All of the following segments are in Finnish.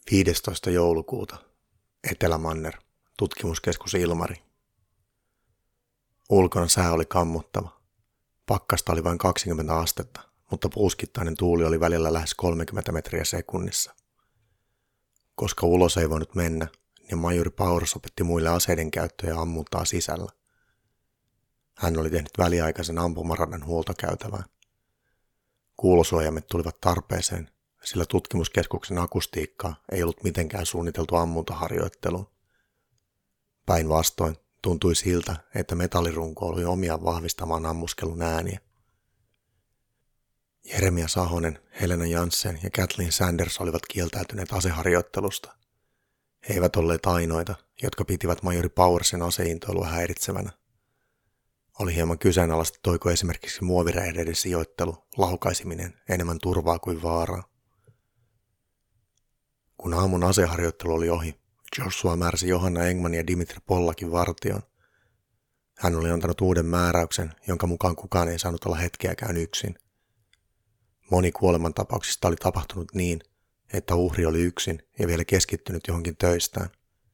15. joulukuuta, Etelämanner, tutkimuskeskus Ilmari. Ulkona sää oli kammottava. Pakkasta oli vain 20 astetta, mutta puuskittainen tuuli oli välillä lähes 30 metriä sekunnissa. Koska ulos ei voinut mennä, niin majuri Powers opetti muille aseiden käyttöä ja ammuntaa sisällä. Hän oli tehnyt väliaikaisen ampumaradan huoltokäytävään. Kuulosuojaimet tulivat tarpeeseen, sillä tutkimuskeskuksen akustiikkaa ei ollut mitenkään suunniteltu ammuntaharjoitteluun. Päinvastoin tuntui siltä, että metallirunko oli omiaan vahvistamaan ammuskelun ääniä. Jeremia Sahonen, Helena Janssen ja Kathleen Sanders olivat kieltäytyneet aseharjoittelusta. He eivät olleet ainoita, jotka pitivät majori Powersin aseintoilua häiritsevänä. Oli hieman kyseenalaista, toiko esimerkiksi muoviräjähdeiden sijoittelu, laukaisiminen enemmän turvaa kuin vaaraa. Kun aamun aseharjoittelu oli ohi, Joshua määräsi Johanna Engman ja Dimitri Pollakin vartioon. Hän oli antanut uuden määräyksen, jonka mukaan kukaan ei saanut olla hetkeäkään yksin. Moni kuolemantapauksista oli tapahtunut niin, että uhri oli yksin ja vielä keskittynyt johonkin töistään.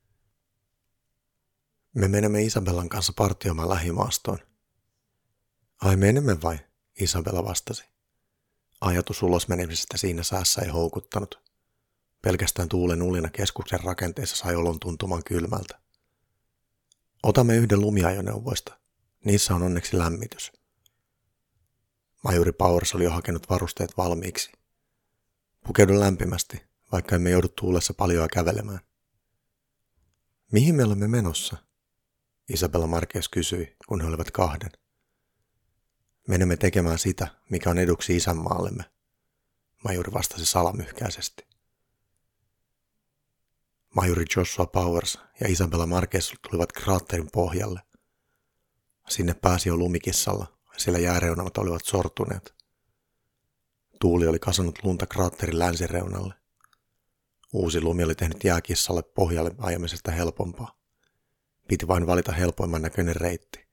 Me menemme Isabellan kanssa partioimaan lähimaastoon. Ai menemme vai? Isabella vastasi. Ajatus ulos menemisestä siinä säässä ei houkuttanut. Pelkästään tuulen ulina keskuksen rakenteessa sai olon tuntumaan kylmältä. Otamme yhden lumiajoneuvoista. Niissä on onneksi lämmitys. Majuri Powers oli jo hakenut varusteet valmiiksi. Pukeudu lämpimästi, vaikka emme joudu tuulessa paljoa kävelemään. Mihin me olemme menossa? Isabella Marquez kysyi, kun he olivat kahden. Menemme tekemään sitä, mikä on eduksi isänmaallemme, majuri vastasi salamyhkäisesti. Majuri Joshua Powers ja Isabella Marquez tulivat kraatterin pohjalle. Sinne pääsi jo lumikissalla, sillä jääreunat olivat sortuneet. Tuuli oli kasannut lunta kraatterin länsireunalle. Uusi lumi oli tehnyt jääkissalle pohjalle ajamisesta helpompaa. Piti vain valita helpoimman näköinen reitti.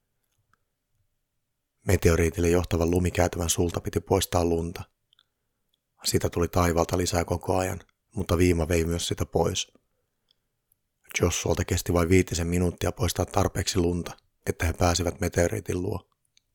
Meteoriitille johtavan lumikäytävän sulta piti poistaa lunta. Sitä tuli taivaalta lisää koko ajan, mutta viima vei myös sitä pois. Joshualta kesti vain 5 minuuttia poistaa tarpeeksi lunta, että he pääsivät meteoriitin luo.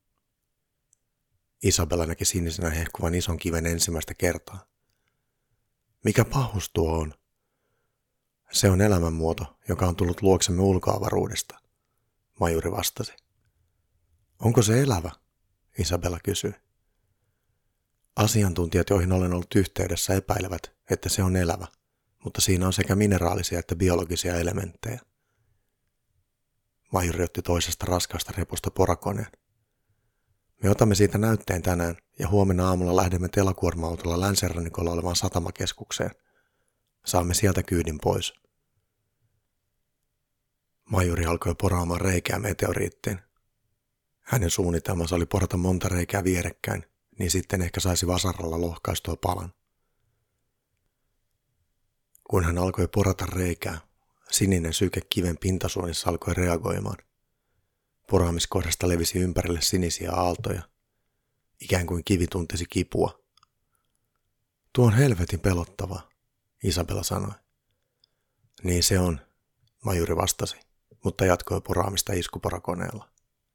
Isabella näki sinisenä hehkuvan ison kiven ensimmäistä kertaa. Mikä pahus tuo on? Se on elämänmuoto, joka on tullut luoksemme ulkoavaruudesta, majuri vastasi. Onko se elävä? Isabella kysyi. Asiantuntijat, joihin olen ollut yhteydessä, epäilevät, että se on elävä, mutta siinä on sekä mineraalisia että biologisia elementtejä. Majuri otti toisesta raskaasta repusta porakoneen. Me otamme siitä näytteen tänään ja huomenna aamulla lähdemme telakuorma-autolla länsirannikolla olevaan satamakeskukseen. Saamme sieltä kyydin pois. Majuri alkoi poraamaan reikää meteoriittiin. Hänen suunnitelmansa oli porata monta reikää vierekkäin, niin sitten ehkä saisi vasaralla lohkaistua palan. Kun hän alkoi porata reikää, sininen syke kiven pintasuonissa alkoi reagoimaan. Poraamiskohdasta levisi ympärille sinisiä aaltoja, ikään kuin kivi tuntisi kipua. Tuo on helvetin pelottavaa, Isabella sanoi. Niin se on, majuri vastasi, mutta jatkoi poraamista iskuporakoneella.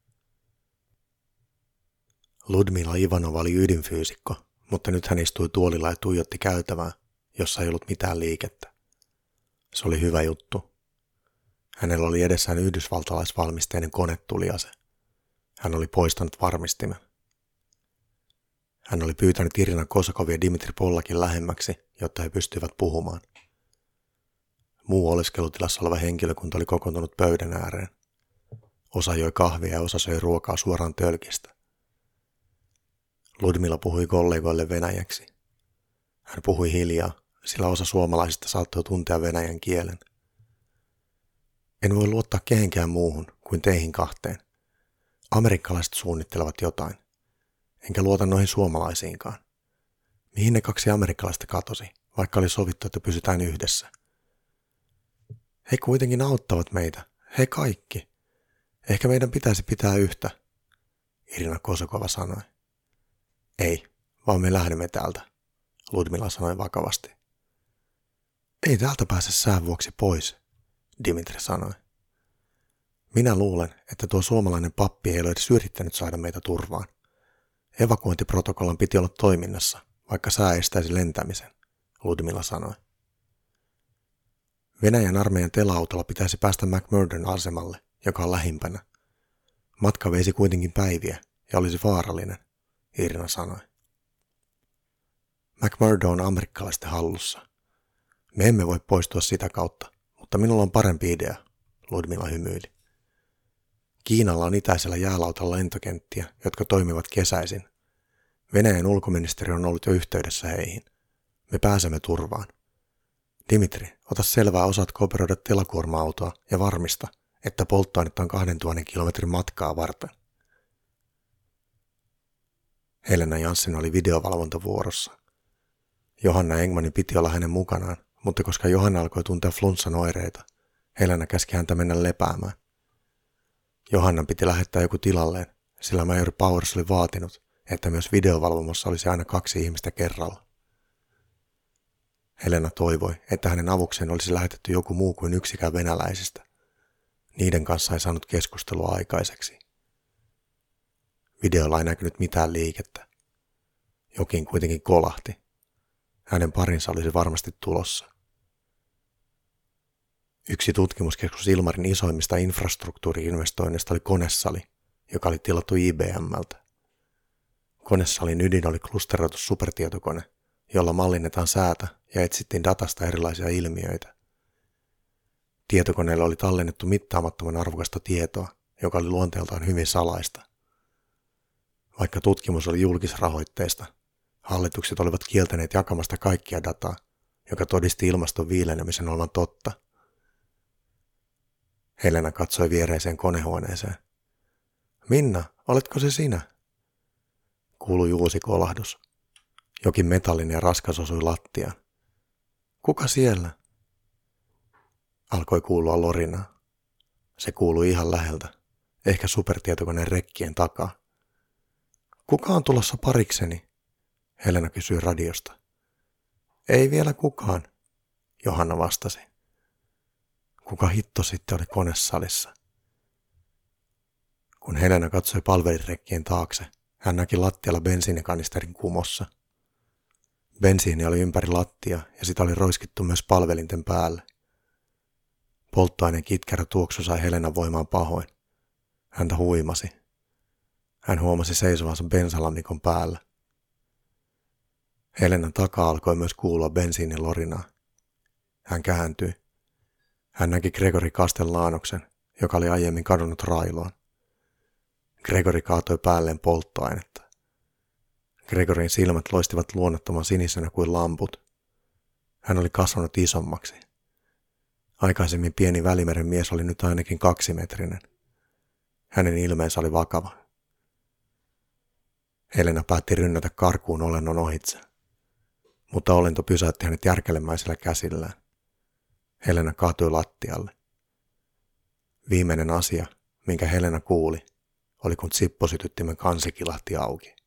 Ludmila Ivanova oli ydinfyysikko, mutta nyt hän istui tuolilla ja tuijotti käytävää, jossa ei ollut mitään liikettä. Se oli hyvä juttu. Hänellä oli edessään yhdysvaltalaisvalmisteinen konetuliase. Hän oli poistanut varmistimen. Hän oli pyytänyt Irina Kosakov ja Dimitri Pollakin lähemmäksi, jotta he pystyivät puhumaan. Muu oleskelutilassa oleva henkilökunta oli kokoontunut pöydän ääreen. Osa joi kahvia ja osa söi ruokaa suoraan tölkistä. Ludmila puhui kollegoille venäjäksi. Hän puhui hiljaa, sillä osa suomalaisista saattoi tuntea venäjän kielen. En voi luottaa kehenkään muuhun kuin teihin kahteen. Amerikkalaiset suunnittelevat jotain. Enkä luota noihin suomalaisiinkaan. Mihin ne 2 amerikkalaista katosi, vaikka oli sovittu, että pysytään yhdessä? He kuitenkin auttavat meitä. He kaikki. Ehkä meidän pitäisi pitää yhtä, Irina Kosakova sanoi. Ei, vaan me lähdemme täältä, Ludmila sanoi vakavasti. Ei täältä pääse sään vuoksi pois, Dimitri sanoi. Minä luulen, että tuo suomalainen pappi ei ole edes yrittänyt saada meitä turvaan. Evakuointiprotokollan piti olla toiminnassa, vaikka sää estäisi lentämisen, Ludmila sanoi. Venäjän armeijan tela-autolla pitäisi päästä McMurdon asemalle, joka on lähimpänä. Matka veisi kuitenkin päiviä ja olisi vaarallinen, Irina sanoi. McMurdo on amerikkalaisten hallussa. Me emme voi poistua sitä kautta, mutta minulla on parempi idea, Ludmila hymyili. Kiinalla on itäisellä jäälautalla lentokenttiä, jotka toimivat kesäisin. Venäjän ulkoministeri on ollut jo yhteydessä heihin. Me pääsemme turvaan. Dimitri, ota selvää, osaatko operoida telakuorma-autoa ja varmista, että polttoainetta on 2000 kilometrin matkaa varten. Helena Jansson oli videovalvontavuorossa. Johanna Engmanin piti olla hänen mukanaan, mutta koska Johanna alkoi tuntea flunssan oireita, Helena käski häntä mennä lepäämään. Johannan piti lähettää joku tilalleen, sillä majori Powers oli vaatinut, että myös videovalvomossa olisi aina 2 ihmistä kerralla. Helena toivoi, että hänen avukseen olisi lähetetty joku muu kuin yksikään venäläisistä. Niiden kanssa ei saanut keskustelua aikaiseksi. Videolla ei näkynyt mitään liikettä. Jokin kuitenkin kolahti. Hänen parinsa olisi varmasti tulossa. Yksi tutkimuskeskus Ilmarin isoimmista infrastruktuuri-investoinneista oli konesali, joka oli tilattu IBM:ltä. Konesalin ydin oli klusteroitu supertietokone, jolla mallinnetaan säätä ja etsittiin datasta erilaisia ilmiöitä. Tietokoneelle oli tallennettu mittaamattoman arvokasta tietoa, joka oli luonteeltaan hyvin salaista. Vaikka tutkimus oli julkisrahoitteista, hallitukset olivat kieltäneet jakamasta kaikkia dataa, joka todisti ilmaston viilenemisen olevan totta. Helena katsoi viereiseen konehuoneeseen. Minna, oletko se sinä? Kuului uusi kolahdus. Jokin metallinen ja raskas osui lattiaan. Kuka siellä? Alkoi kuulua lorinaa. Se kuului ihan läheltä, ehkä supertietokoneen rekkien takaa. Kuka on tulossa parikseni? Helena kysyi radiosta. Ei vielä kukaan, Johanna vastasi. Kuka hitto sitten oli konesalissa? Kun Helena katsoi palvelirekkien taakse, hän näki lattialla bensiinikanisterin kumossa. Bensiini oli ympäri lattia ja sitä oli roiskittu myös palvelinten päälle. Polttoaineen kitkerä tuoksu sai Helenan voimaan pahoin. Häntä huimasi. Hän huomasi seisovansa bensalammikon päällä. Helenan takaa alkoi myös kuulua bensiinin lorinaa. Hän kääntyi. Hän näki Gregory Castellaanoksen, joka oli aiemmin kadonnut railoon. Gregory kaatoi päälleen polttoainetta. Gregorin silmät loistivat luonnottoman sinisenä kuin lamput. Hän oli kasvanut isommaksi. Aikaisemmin pieni Välimeren mies oli nyt ainakin 2-metrinen. Hänen ilmeensä oli vakava. Helena päätti rynnätä karkuun olennon ohitse, mutta olento pysäytti hänet järkelemäisellä käsillään. Helena kaatui lattialle. Viimeinen asia, minkä Helena kuuli, oli kun sipposityttimen kansi kilahti auki.